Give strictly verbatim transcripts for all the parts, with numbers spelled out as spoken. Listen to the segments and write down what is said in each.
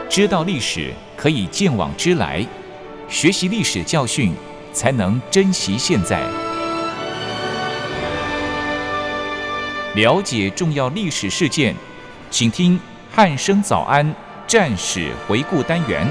知道历史可以见往知来，学习历史教训，才能珍惜现在。了解重要历史事件，请听汉声早安战史回顾单元。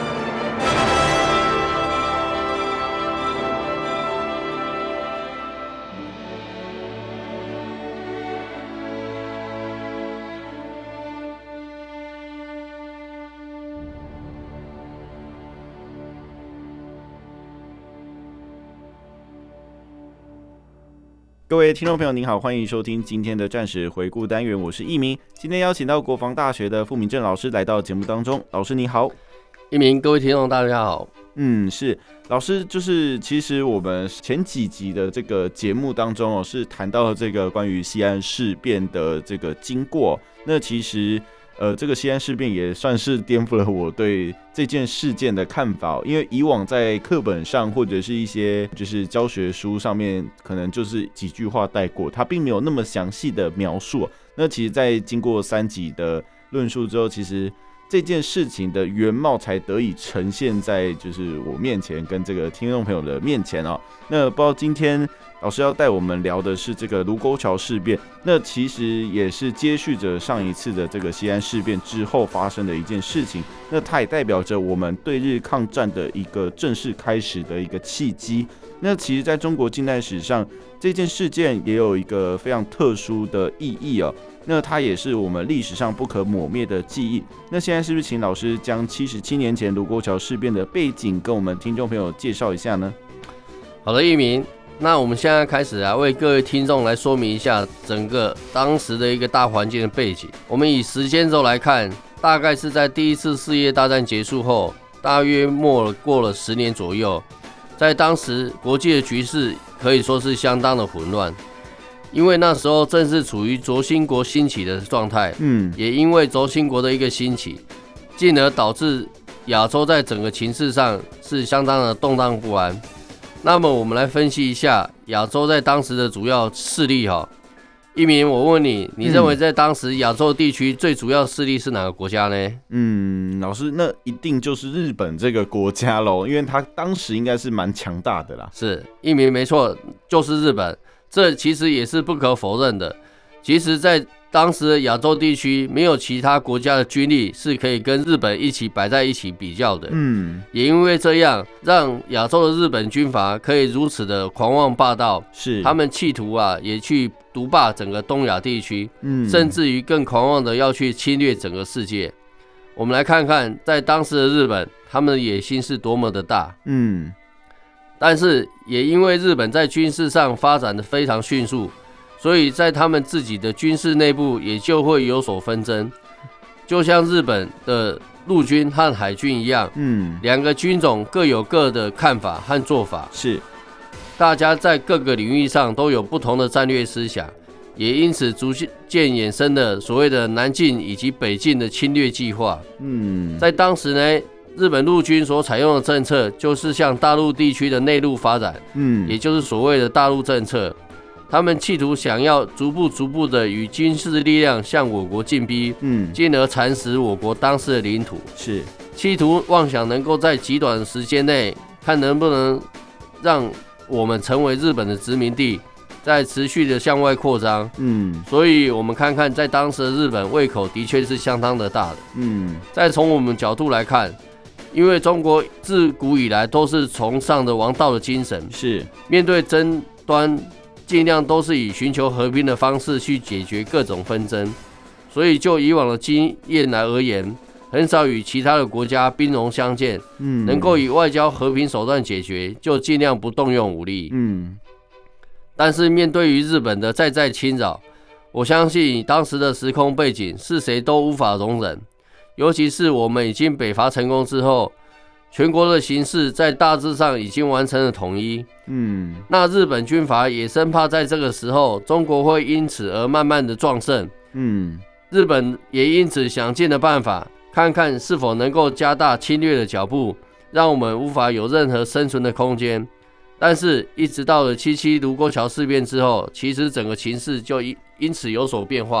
各位听众朋友您好，欢迎收听今天的战史回顾单元，我是一鸣。今天邀请到国防大学的傅明正老师来到节目当中。老师你好。 一鸣，各位听众大家好。 嗯，是老师，就是其实我们前几集的这个节目当中哦，是谈到了这个关于西安事变的这个经过。那其实呃，这个西安事变也算是颠覆了我对这件事件的看法，因为以往在课本上或者是一些就是教学书上面，可能就是几句话带过，它并没有那么详细的描述。那其实，在经过三集的论述之后，其实这件事情的原貌才得以呈现在就是我面前，跟这个听众朋友的面前哦。那不知道今天老师要带我们聊的是这个卢沟桥事变，那其实也是接续着上一次的这个西安事变之后发生的一件事情。那它也代表着我们对日抗战的一个正式开始的一个契机。那其实在中国近代史上，这件事件也有一个非常特殊的意义哦。那它也是我们历史上不可磨灭的记忆。那现在是不是请老师将七十七年前卢沟桥事变的背景跟我们听众朋友介绍一下呢？ 好的，一鸣。那我们现在开始啊，为各位听众来说明一下整个当时的一个大环境的背景。我们以时间轴来看，大概是在第一次世界大战结束后，大约过了过了十年左右。在当时国际的局势可以说是相当的混乱，因为那时候正是处于轴心国兴起的状态，嗯，也因为轴心国的一个兴起，进而导致亚洲在整个情势上是相当的动荡不安。那么我们来分析一下亚洲在当时的主要势力哈。一鸣，我问你，你认为在当时亚洲地区最主要势力是哪个国家呢？ 嗯，老师，那一定就是日本这个国家咯，因为他当时应该是蛮强大的啦。 是，一鸣没错，就是日本。这其实也是不可否认的。其实，在当时的亚洲地区，没有其他国家的军力是可以跟日本一起摆在一起比较的。嗯，也因为这样，让亚洲的日本军阀可以如此的狂妄霸道。是，他们企图啊，也去独霸整个东亚地区，嗯，甚至于更狂妄的要去侵略整个世界。我们来看看，在当时的日本，他们的野心是多么的大。嗯，但是也因为日本在军事上发展的非常迅速。所以在他们自己的军事内部也就会有所纷争，就像日本的陆军和海军一样，嗯，两个军种各有各的看法和做法，是，大家在各个领域上都有不同的战略思想，也因此逐渐衍生了所谓的南进以及北进的侵略计划。嗯，在当时呢，日本陆军所采用的政策就是向大陆地区的内陆发展，嗯，也就是所谓的大陆政策。他们企图想要逐步逐步的与军事力量向我国进逼，嗯，进而蚕食我国当时的领土，是企图妄想能够在极短的时间内，看能不能让我们成为日本的殖民地，在持续的向外扩张，嗯，所以我们看看在当时的日本胃口的确是相当的大的，嗯，再从我们角度来看，因为中国自古以来都是崇尚的王道的精神，是面对争端。尽量都是以寻求和平的方式去解决各种纷争，所以就以往的经验来而言，很少与其他的国家兵戎相见，嗯，能够以外交和平手段解决，就尽量不动用武力，嗯。但是面对于日本的再再侵扰，我相信以当时的时空背景，是谁都无法容忍，尤其是我们已经北伐成功之后。全国的形势在大致上已经完成了统一，嗯，那日本军阀也生怕在这个时候中国会因此而慢慢的壮盛，嗯，日本也因此想尽了办法，看看是否能够加大侵略的脚步，让我们无法有任何生存的空间。但是一直到了七七卢沟桥事变之后，其实整个情势就因此有所变化了。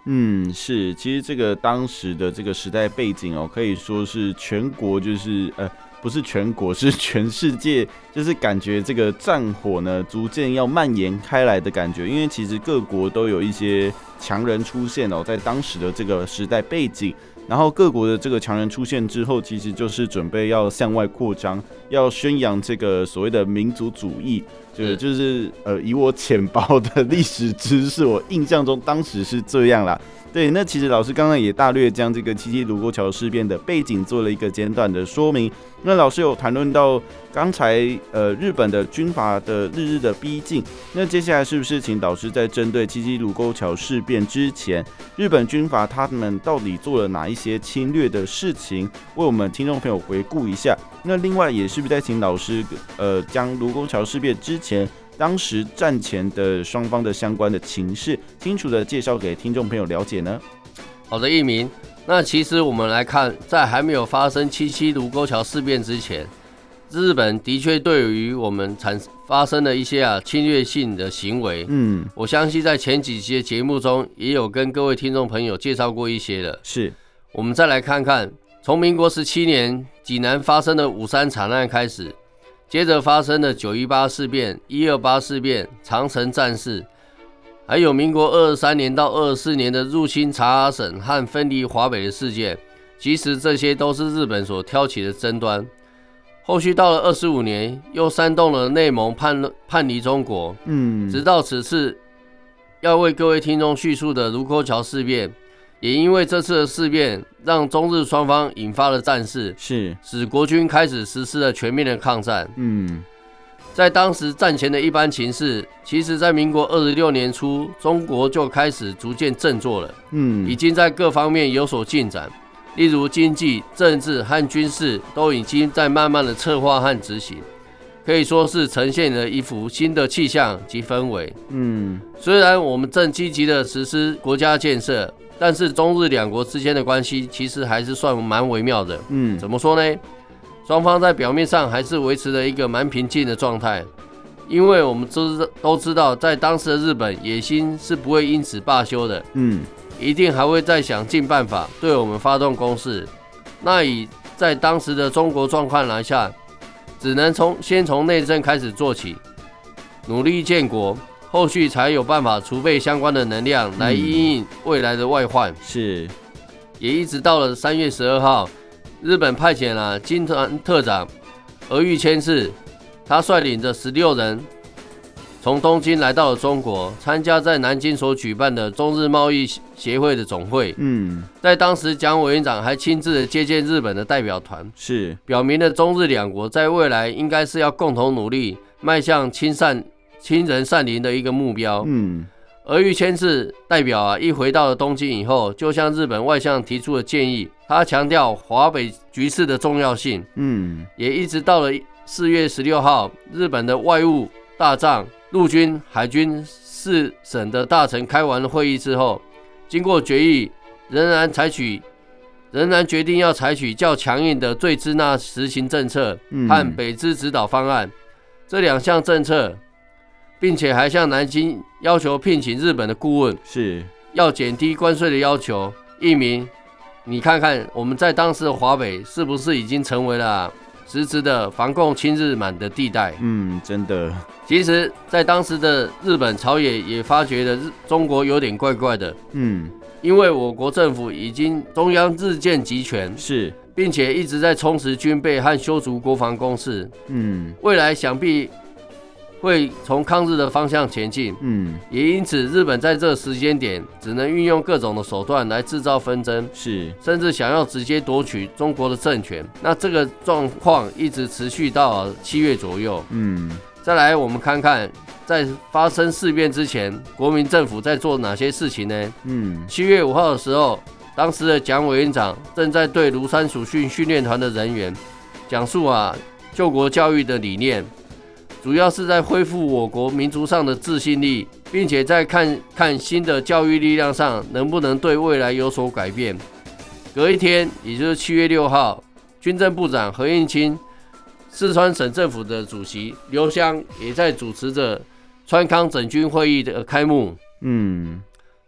嗯，是，其实这个当时的这个时代背景哦，可以说是全国就是呃。不是全国，是全世界，就是感觉这个战火呢逐渐要蔓延开来的感觉。因为其实各国都有一些强人出现哦，在当时的这个时代背景，然后各国的这个强人出现之后，其实就是准备要向外扩张，要宣扬这个所谓的民族主义。就就是呃，以我浅薄的历史知识，我印象中当时是这样啦。对，那其实老师刚刚也大略将这个七七卢沟桥事变的背景做了一个简短的说明。那老师有谈论到刚才呃日本的军阀的日日的逼近，那接下来是不是请老师在针对七七卢沟桥事变之前，日本军阀他们到底做了哪一些侵略的事情，为我们听众朋友回顾一下？那另外也是不是再请老师呃将卢沟桥事变之前当时战前的双方的相关的情势，清楚的介绍给听众朋友了解呢？ 好的，一鸣。那其实我们来看，在还没有发生七七卢沟桥事变之前，日本的确对于我们产发生的一些啊侵略性的行为，嗯，我相信在前几期的节目中也有跟各位听众朋友介绍过一些的。 是， 我们再来看看，从民国十七年济南发生的五三惨案开始。接着发生的九一八事变、一二八事变、长城战事，还有民国二十三年到二十四年的入侵察哈省和分离华北的事件，其实这些都是日本所挑起的争端。后续到了二十五年，又煽动了内蒙叛叛离中国，嗯，直到此次要为各位听众叙述的卢沟桥事变。也因为这次的事变，让中日双方引发了战事，是使国军开始实施了全面的抗战。嗯，在当时战前的一般情势，其实在民国二十六年初，中国就开始逐渐振作了。嗯，已经在各方面有所进展，例如经济、政治和军事都已经在慢慢的策划和执行，可以说是呈现了一幅新的气象及氛围。嗯，虽然我们正积极的实施国家建设，但是中日两国之间的关系其实还是算蛮微妙的。嗯，怎么说呢？双方在表面上还是维持了一个蛮平静的状态，因为我们都知道，在当时的日本野心是不会因此罢休的。嗯，一定还会再想尽办法对我们发动攻势。那以在当时的中国状况来下，只能从先从内政开始做起，努力建国。后续才有办法储备相关的能量来因应未来的外患。 是， 也一直到了三月十二号，日本派遣了金团特长儿玉谦次，他率领着十六人从东京来到了中国，参加在南京所举办的中日贸易协会的总会。嗯，在当时蒋委员长还亲自的接见日本的代表团，是表明了中日两国在未来应该是要共同努力，迈向亲善。亲人善邻的一个目标。嗯，儿玉谦次代表啊，一回到了东京以后，就向日本外相提出了建议。他强调华北局势的重要性。嗯，也一直到了四月十六号，日本的外务大藏、陆军、海军四省的大臣开完了会议之后，经过决议，仍然采取，仍然决定要采取较强硬的最支那实行政策和北支指导方案、嗯、这两项政策。并且还向南京要求聘请日本的顾问，是要减低关税的要求。一鸣，你看看我们在当时的华北是不是已经成为了实质的防共亲日满的地带？ 嗯，真的。 其实，在当时的日本朝野也发觉了中国有点怪怪的。嗯，因为我国政府已经中央日渐集权，是，并且一直在充实军备和修筑国防工事。嗯，未来想必会从抗日的方向前进，嗯，也因此日本在这个时间点只能运用各种的手段来制造纷争，是，甚至想要直接夺取中国的政权。那这个状况一直持续到七月左右，嗯，再来我们看看，在发生事变之前，国民政府在做哪些事情呢？嗯，七月五号的时候，当时的蒋委员长正在对庐山属训训练团的人员讲述啊救国教育的理念。主要是在恢复我国民族上的自信力，并且在看看新的教育力量上能不能对未来有所改变。隔一天，也就是七月六号，军政部长何应钦、四川省政府的主席刘湘也在主持着川康整军会议的开幕。嗯，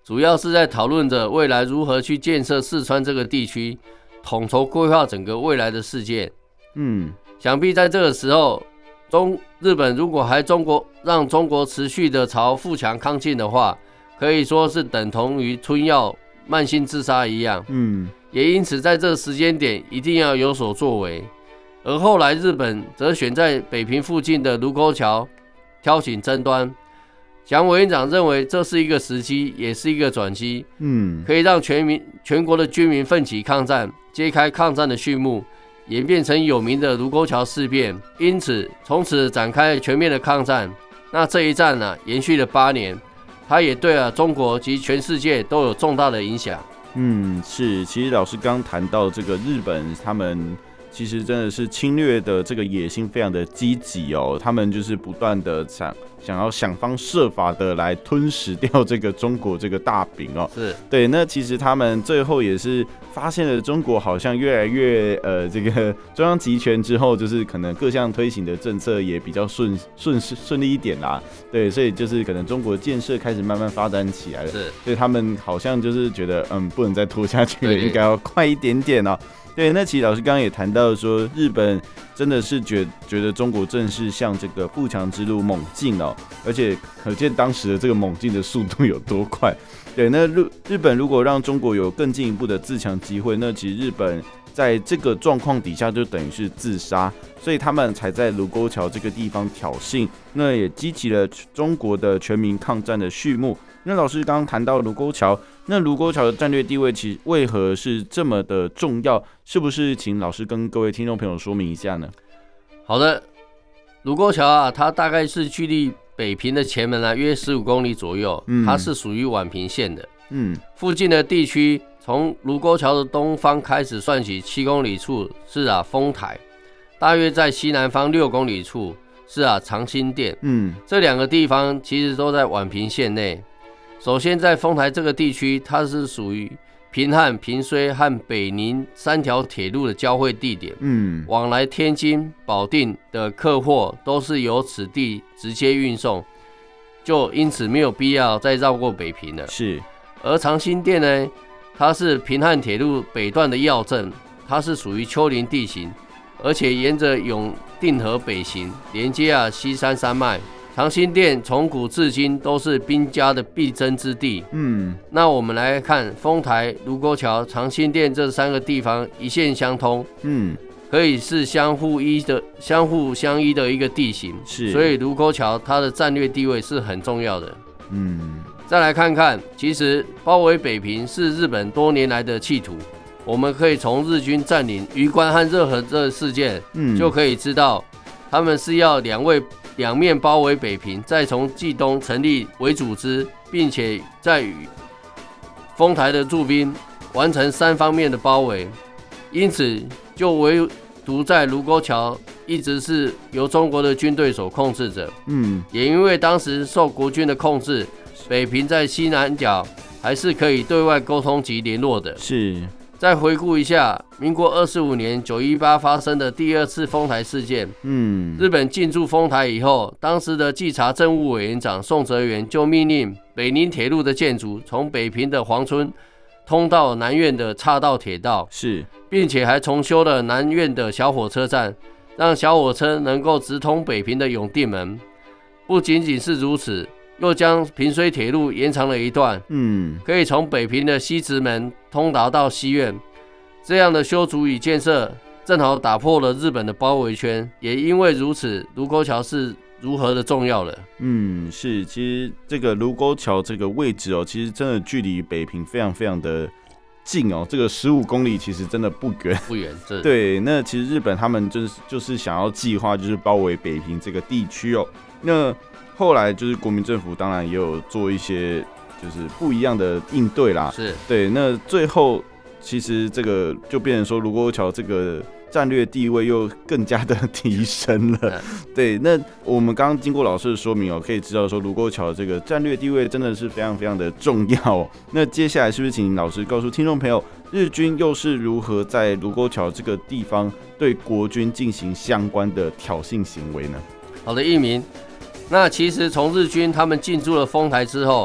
主要是在讨论着未来如何去建设四川这个地区，统筹规划整个未来的世界。 嗯， 想必在这个时候，中日本如果还中国让中国持续的朝富强康进的话，可以说是等同于春药慢性自杀一样。 嗯， 也因此在这个时间点一定要有所作为。而后来日本则选在北平附近的卢沟桥挑起争端。蒋委员长认为这是一个时机，也是一个转机， 嗯， 可以让全民全国的军民奋起抗战，揭开抗战的序幕，演变成有名的卢沟桥事变。因此从此展开全面的抗战。那这一战呢、啊，延续了八年，它也对啊中国及全世界都有重大的影响。 嗯，是，其实老师刚谈到这个日本，他们其实真的是侵略的这个野心非常的积极哦，他们就是不断的想想要想方设法的来吞噬掉这个中国这个大饼哦。 是，对。 那其实他们最后也是发现了中国好像越来越呃这个中央集权之后，就是可能各项推行的政策也比较顺顺顺利一点啦。对，所以就是可能中国建设开始慢慢发展起来了。 是， 所以他们好像就是觉得嗯不能再拖下去了，应该要快一点点哦。对，那其实老师刚刚也谈到说，日本真的是觉觉得中国正是向这个富强之路猛进哦，而且可见当时的这个猛进的速度有多快。对，那日日本如果让中国有更进一步的自强机会，那其实日本在这个状况底下就等于是自杀，所以他们才在卢沟桥这个地方挑衅，那也激起了中国的全民抗战的序幕。那老师刚刚谈到卢沟桥，那卢沟桥的战略地位其实为何是这么的重要？是不是请老师跟各位听众朋友说明一下呢？ 好的，卢沟桥啊，它大概是距离北平的前门啊约十五公里左右，嗯、它是属于宛平县的。嗯，附近的地区从卢沟桥的东方开始算起，七公里处是啊丰台，大约在西南方六公里处是啊长兴店。嗯，这两个地方其实都在宛平县内。首先，在丰台这个地区，它是属于平汉、平睢和北宁三条铁路的交汇地点。嗯，往来天津、保定的客货都是由此地直接运送，就因此没有必要再绕过北平了。 是， 而长兴店呢，它是平汉铁路北段的要镇，它是属于丘陵地形，而且沿着永定河北行，连接啊西山山脉。长兴店从古至今都是兵家的必争之地。嗯，那我们来看丰台、卢沟桥、长兴店这三个地方一线相通，嗯，可以是相互依的、相互相依的一个地形。是，所以卢沟桥它的战略地位是很重要的。嗯，再来看看，其实包围北平是日本多年来的企图。我们可以从日军占领榆关和热河这事件，嗯，就可以知道，他们是要两位。两面包围北平，再从冀东成立为组织，并且再与丰台的驻兵完成三方面的包围。因此，就唯独在卢沟桥一直是由中国的军队所控制着。嗯，也因为当时受国军的控制，北平在西南角还是可以对外沟通及联络的。 是。 再回顾一下民国二十五年九一八发生的第二次丰台事件，嗯，日本进驻丰台以后，当时的稽查政务委员长宋哲元就命令北宁铁路的建筑从北平的黄村通到南苑的岔道铁道， 是， 并且还重修了南苑的小火车站，让小火车能够直通北平的永定门。不仅仅是如此，又将平睢铁路延长了一段，嗯，可以从北平的西直门通达到西苑。这样的修筑与建设，正好打破了日本的包围圈。也因为如此，卢沟桥是如何的重要了。 嗯，是，其实这个卢沟桥这个位置哦，其实真的距离北平非常非常的近哦，这个十五公里其实真的不远， 不远。 对，那其实日本他们就是就是想要计划就是包围北平这个地区哦。那后来就是国民政府当然也有做一些就是不一样的应对啦， 是对。那最后其实这个就变成说卢沟桥这个战略地位又更加的提升了。对，那我们刚刚经过老师的说明哦，可以知道说卢沟桥这个战略地位真的是非常非常的重要哦。那接下来是不是请老师告诉听众朋友，日军又是如何在卢沟桥这个地方对国军进行相关的挑衅行为呢？ 好的，一鸣。那其实从日军他们进驻了丰台之后，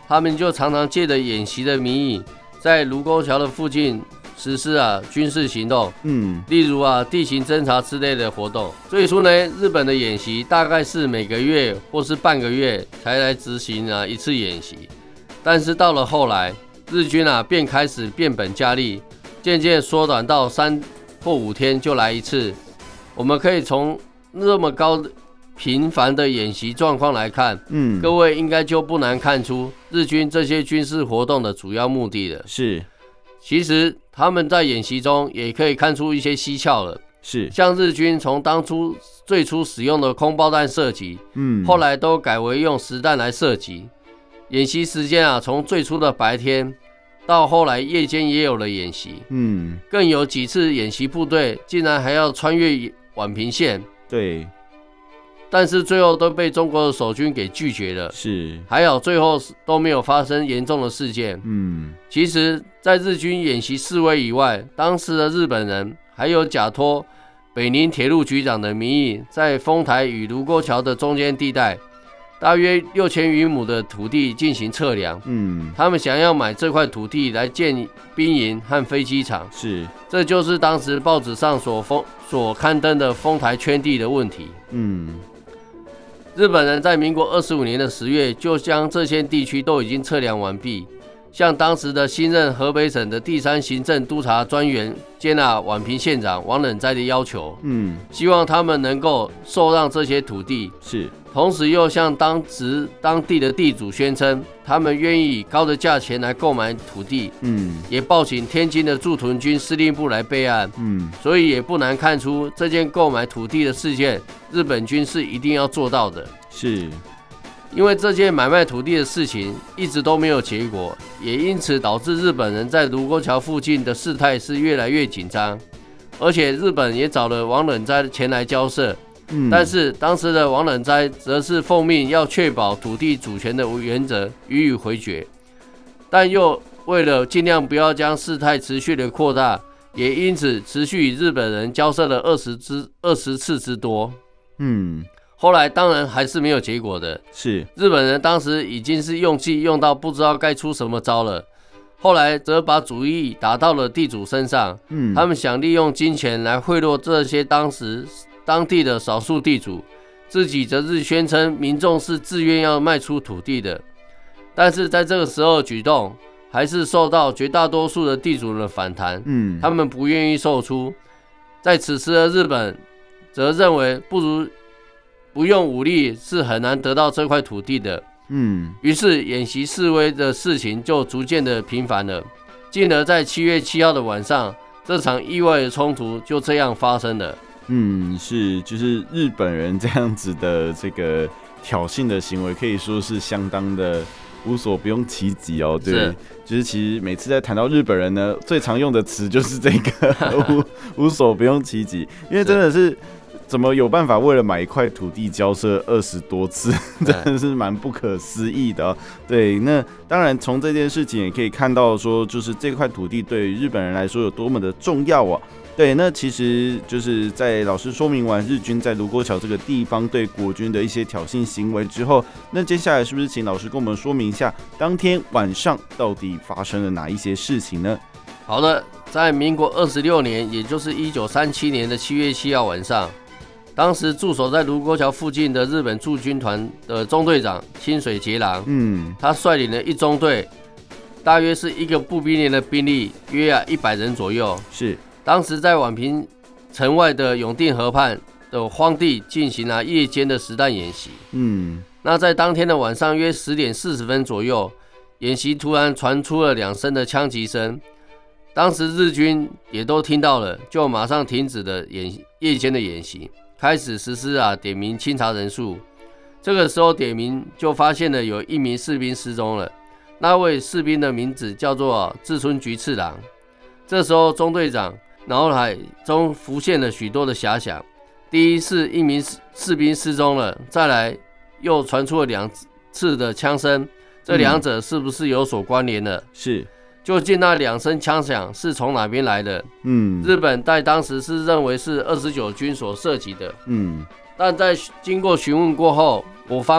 他们就常常借着演习的名义，在卢沟桥的附近实施啊军事行动， 嗯， 例如啊地形侦察之类的活动。最初呢，日本的演习大概是每个月或是半个月才来执行啊一次演习，但是到了后来，日军啊便开始变本加厉，渐渐缩短到三或五天就来一次。我们可以从那么高频繁的演习状况来看，嗯，各位应该就不难看出日军这些军事活动的主要目的了。 是， 其实他们在演习中也可以看出一些蹊跷了。 是， 像日军从当初最初使用的空包弹射击，嗯，后来都改为用实弹来射击。演习时间啊，从最初的白天到后来夜间也有了演习，嗯，更有几次演习部队竟然还要穿越宛平线， 对， 但是最后都被中国的守军给拒绝了。 是， 还好最后都没有发生严重的事件。嗯，其实，在日军演习示威以外，当时的日本人还有假托北宁铁路局长的名义，在丰台与卢沟桥的中间地带，大约六千余亩的土地进行测量。嗯，他们想要买这块土地来建兵营和飞机场。 是， 这就是当时报纸上所封所刊登的丰台圈地的问题。嗯。日本人在民国二十五年的十月，就将这些地区都已经测量完毕，向当时的新任河北省的第三行政督察专员兼啊宛平县长王冷斋的要求，嗯，希望他们能够受让这些土地， 是， 同时又向当时当地的地主宣称，他们愿意以高的价钱来购买土地，嗯，也报请天津的驻屯军司令部来备案，嗯，所以也不难看出这件购买土地的事件，日本军是一定要做到的， 是。 因为这件买卖土地的事情一直都没有结果，也因此导致日本人在卢沟桥附近的事态是越来越紧张，而且日本也找了王冷斋前来交涉，嗯，但是当时的王冷斋则是奉命要确保土地主权的原则予以回绝，但又为了尽量不要将事态持续的扩大，也因此持续与日本人交涉了二十之二十次之多，嗯。后来当然还是没有结果的， 是日本人当时已经是用计用到不知道该出什么招了，后来则把主意打到了地主身上，嗯，他们想利用金钱来贿赂这些当时当地的少数地主，自己则是宣称民众是自愿要卖出土地的，但是在这个时候举动还是受到绝大多数的地主的反弹，嗯，他们不愿意售出，在此时的日本则认为不如不用武力是很难得到这块土地的，嗯，于是演习示威的事情就逐渐的频繁了，进而在七月七号的晚上，这场意外的冲突就这样发生了。 嗯，是，就是日本人这样子的这个挑衅的行为，可以说是相当的无所不用其极哦。对，是就是其实每次在谈到日本人呢，最常用的词就是这个无无所不用其极，因为真的是。怎么有办法为了买一块土地交涉二十多次，真的是蛮不可思议的、哦。对，那当然从这件事情也可以看到说，就是这块土地对于日本人来说有多么的重要哦。对，那其实就是在老师说明完日军在卢沟桥这个地方对国军的一些挑衅行为之后，那接下来是不是请老师跟我们说明一下，当天晚上到底发生了哪一些事情呢？ 好的，在民国二十六年，也就是一九三七年的七月七号晚上。当时驻守在卢沟桥附近的日本驻军团的中队长清水节郎，嗯，他率领了一中队，大约是一个步兵连的兵力，约啊一百人左右。 是， 当时在宛平城外的永定河畔的荒地进行了夜间的实弹演习。嗯，那在当天的晚上约十点四十分左右，演习突然传出了两声的枪击声。当时日军也都听到了，就马上停止了演夜间的演习。开始实施啊点名清查人数，这个时候点名就发现了有一名士兵失踪了，那位士兵的名字叫做志村菊次郎。这时候中队长脑海中浮现了许多的遐想：第一是一名士兵失踪了，再来又传出了两次的枪声，这两者是不是有所关联的？ 是。 究竟那两声枪响是从哪边来的？嗯，日本在当时是认为是二十九军所射击的。嗯，但在经过询问过后，我方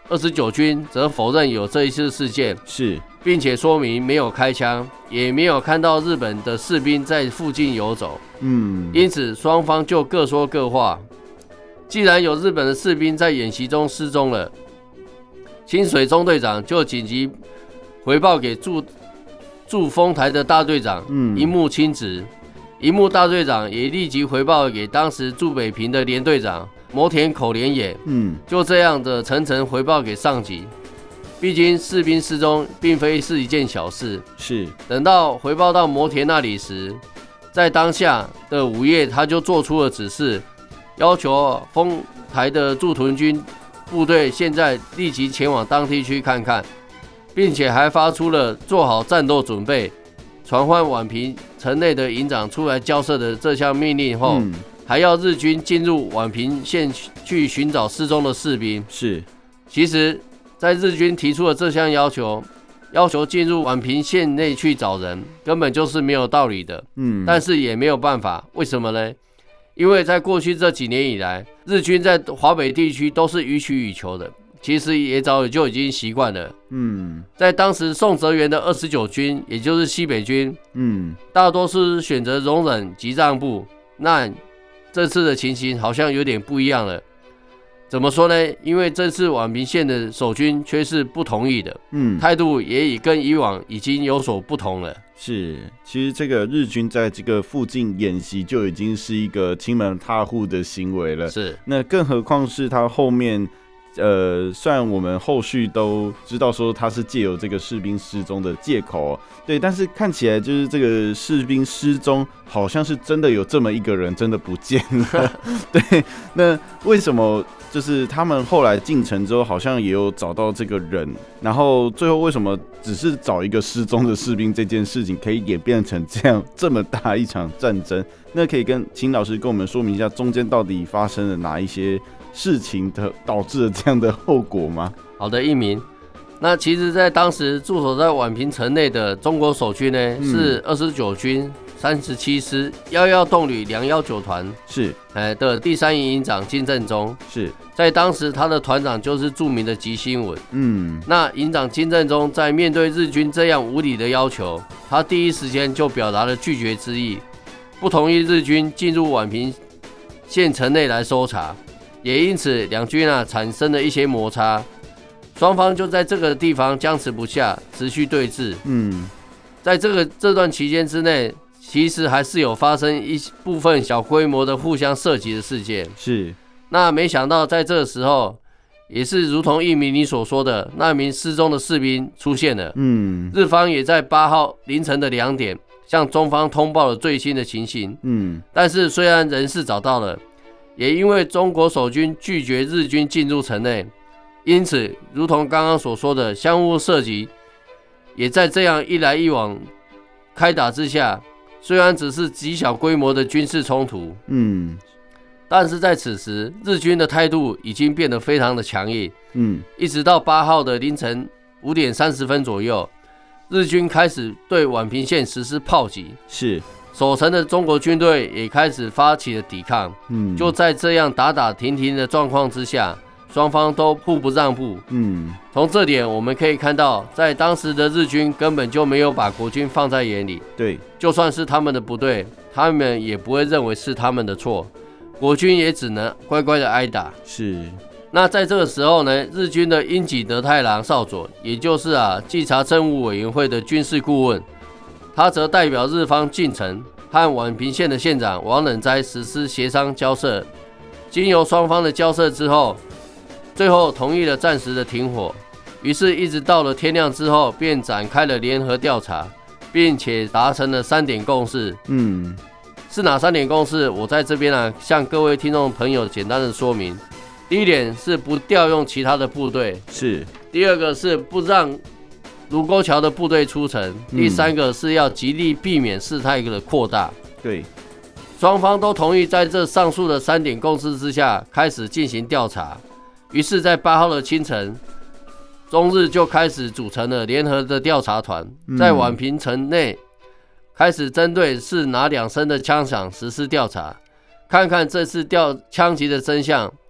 二十九军则否认有这一次事件， 是， 并且说明没有开枪，也没有看到日本的士兵在附近游走。 嗯， 因此双方就各说各话。既然有日本的士兵在演习中失踪了，清水中队长就紧急回报给驻驻丰台的大队长樱木清直，樱木大队长也立即回报给当时驻北平的连队长摩田口连野，嗯，就这样的层层回报给上级。毕竟士兵失踪并非是一件小事， 是。等到回报到摩田那里时，在当下的午夜，他就做出了指示，要求丰台的驻屯军部队现在立即前往当地区看看，并且还发出了做好战斗准备，传唤宛平城内的营长出来交涉的这项命令后，嗯、还要日军进入宛平县去寻找失踪的士兵。 是， 其实，在日军提出了这项要求，要求进入宛平县内去找人，根本就是没有道理的。嗯，但是也没有办法，为什么呢？因为在过去这几年以来，日军在华北地区都是予取予求的，其实也早就已经习惯了。嗯，在当时宋哲元的二十九军，也就是西北军，嗯，大多是选择容忍及让步。那这次的情形好像有点不一样了。怎么说呢？因为这次宛平县的守军却是不同意的，嗯，态度也已跟以往已经有所不同了。 是，其实这个日军在这个附近演习就已经是一个亲门踏户的行为了。 是， 那更何况是他后面，呃，虽然我们后续都知道说他是借由这个士兵失踪的借口、哦，对，但是看起来就是这个士兵失踪，好像是真的有这么一个人真的不见了。对，那为什么？就是他们后来进城之后，好像也有找到这个人，然后最后为什么只是找一个失踪的士兵这件事情，可以演变成这样这么大一场战争？那可以跟秦老师跟我们说明一下，中间到底发生了哪一些事情的导致了这样的后果吗？ 好的，一鸣。那其实，在当时驻守在宛平城内的中国守军呢，嗯、是二十九军三十七师一一动旅两一九团是哎的第三营营长金正中， 是在当时他的团长就是著名的吉新文。嗯，那营长金正中在面对日军这样无理的要求，他第一时间就表达了拒绝之意，不同意日军进入宛平县城内来搜查，也因此两军啊产生了一些摩擦。双方就在这个地方僵持不下，持续对峙。嗯，在这个这段期间之内，其实还是有发生一部分小规模的互相射击的事件。 是， 那没想到在这个时候，也是如同一鸣你所说的，那名失踪的士兵出现了。嗯，日方也在八号凌晨的两点向中方通报了最新的情形。嗯，但是虽然人是找到了，也因为中国守军拒绝日军进入城内。因此，如同刚刚所说的，相互射击，也在这样一来一往开打之下，虽然只是极小规模的军事冲突，嗯，但是在此时，日军的态度已经变得非常的强硬，嗯，一直到八号的凌晨五点三十分左右，日军开始对宛平县实施炮击， 是守城的中国军队也开始发起了抵抗，嗯，就在这样打打停停的状况之下。双方都互不让步，嗯，从这点我们可以看到，在当时的日军根本就没有把国军放在眼里， 对， 就算是他们的不对，他们也不会认为是他们的错，国军也只能乖乖的挨打。 是， 那在这个时候呢，日军的英吉德太郎少佐，也就是啊稽查政务委员会的军事顾问，他则代表日方进城，和宛平县的县长王冷斋实施协商交涉，经由双方的交涉之后。最后同意了暂时的停火，于是一直到了天亮之后，便展开了联合调查，并且达成了三点共识。嗯，是哪三点共识？我在这边啊，向各位听众朋友简单的说明。第一点是不调用其他的部队， 是； 第二个是不让卢沟桥的部队出城；嗯、第三个是要极力避免事态的扩大。 对， 双方都同意在这上述的三点共识之下，开始进行调查。于是，在八号的清晨，中日就开始组成了联合的调查团，在宛平城内开始针对是哪两声的枪响实施调查，看看这次调枪击的真相。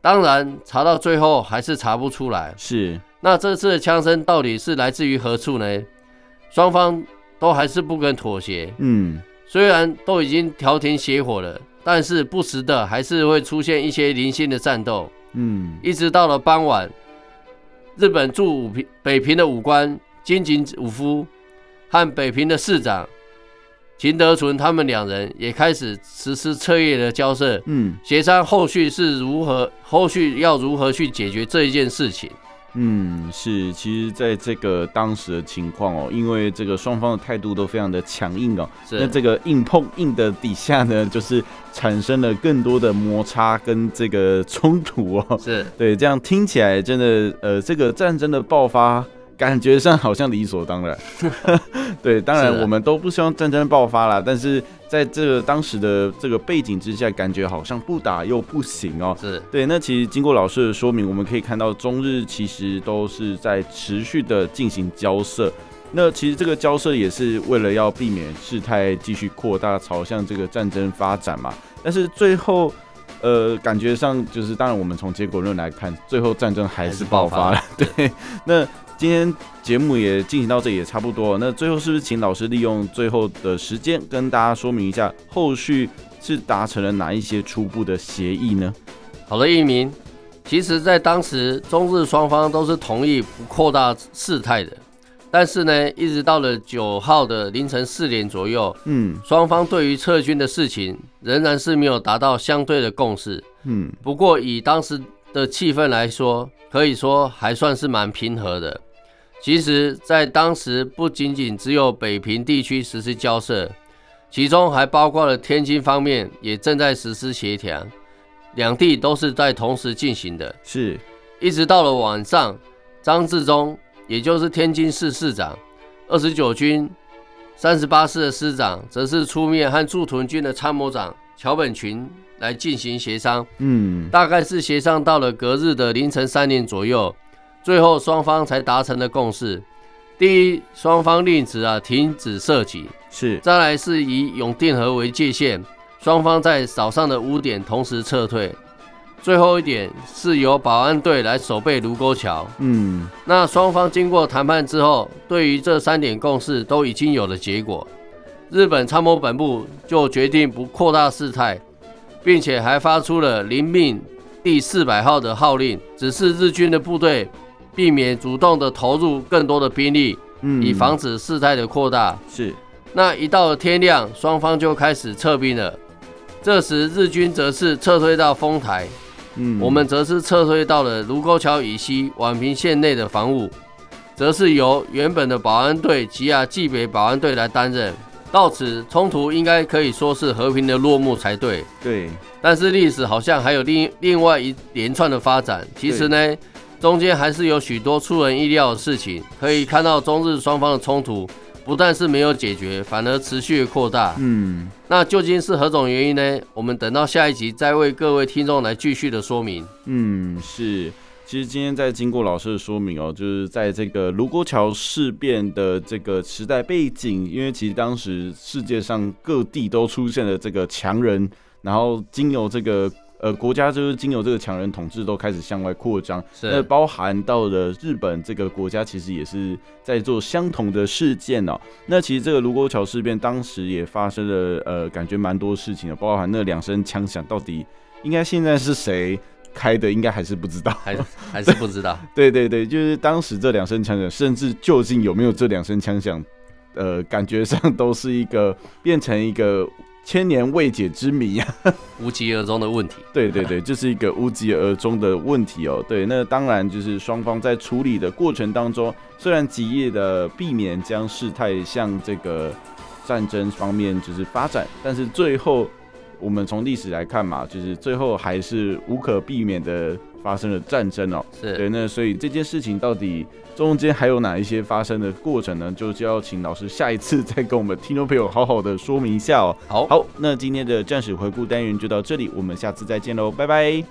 当然查到最后还是查不出来。 是， 那这次的枪声到底是来自于何处呢？双方都还是不肯妥协。 嗯， 虽然都已经调停协火了，但是不时的还是会出现一些零星的战斗。 嗯， 一直到了傍晚，日本驻北平的武官金井武夫和北平的市长秦德纯他们两人也开始实施彻夜的交涉， 嗯， 协商后续是如何，后续要如何去解决这一件事情。 嗯，是，其实在这个当时的情况哦，因为这个双方的态度都非常的强硬哦，那这个硬碰硬的底下呢，就是产生了更多的摩擦跟这个冲突哦。 是， 对，这样听起来真的，呃，这个战争的爆发，感觉上好像理所当然。对，当然我们都不希望战争爆发啦，但是在这个当时的这个背景之下，感觉好像不打又不行哦。 是， 对。那其实经过老师的说明，我们可以看到中日其实都是在持续的进行交涉。那其实这个交涉也是为了要避免事态继续扩大，朝向这个战争发展嘛。但是最后，呃，感觉上就是，当然我们从结果论来看，最后战争还是爆发了。对，那。今天节目也进行到这里也差不多了，那最后是不是请老师利用最后的时间跟大家说明一下，后续是达成了哪一些初步的协议呢？ 好的，一鸣，其实在当时中日双方都是同意不扩大事态的，但是呢，一直到了九号的凌晨四点左右，嗯，双方对于撤军的事情仍然是没有达到相对的共识，嗯，不过以当时的气氛来说，可以说还算是蛮平和的。其实，在当时不仅仅只有北平地区实施交涉，其中还包括了天津方面也正在实施协调，两地都是在同时进行的。 是， 一直到了晚上，张治中，也就是天津市市长，二十九军三十八师的师长，则是出面和驻屯军的参谋长桥本群来进行协商。嗯，大概是协商到了隔日的凌晨三点左右。最后双方才达成了共识。第一，双方令旨啊停止射击， 是。 再来是以永定河为界限，双方在早上的五点同时撤退。最后一点是由保安队来守备卢沟桥。嗯，那双方经过谈判之后，对于这三点共识都已经有了结果。日本参谋本部就决定不扩大事态，并且还发出了临命第四百号的号令，指示日军的部队避免主动的投入更多的兵力，嗯，以防止事态的扩大。 是。 那一到了天亮，双方就开始撤兵了。这时日军则是撤退到丰台，嗯，我们则是撤退到了卢沟桥以西宛平县内的防务，则是由原本的保安队及啊冀北保安队来担任。到此冲突应该可以说是和平的落幕才对。 对。但是历史好像还有 另, 另外一连串的发展。其实呢，中间还是有许多出人意料的事情。可以看到中日双方的冲突不但是没有解决，反而持续扩大。嗯，那究竟是何种原因呢？我们等到下一集再为各位听众来继续的说明。 嗯，是。其实今天在经过老师的说明哦，就是在这个卢沟桥事变的这个时代背景，因为其实当时世界上各地都出现了这个强人，然后经由这个呃国家就是经由这个强人统治都开始向外扩张，那包含到了日本这个国家，其实也是在做相同的事件哦。那其实这个卢沟桥事变当时也发生了呃感觉蛮多事情的，包含那两声枪响到底应该现在是谁开的，应该还是不知道， 还还是不知道。 对对对，就是当时这两声枪响，甚至究竟有没有这两声枪响，呃，感觉上都是一个变成一个千年未解之谜啊， 无疾而终的问题。 对对对，就是一个无疾而终的问题哦。对，那当然就是双方在处理的过程当中，虽然极力的避免将事态向这个战争方面就是发展，但是最后。我们从历史来看嘛，就是最后还是无可避免的发生了战争哦。 是。 对，那所以这件事情到底中间还有哪一些发生的过程呢？就就要请老师下一次再跟我们听众朋友好好的说明一下哦。 好， 好，那今天的战史回顾单元就到这里，我们下次再见喽，拜拜。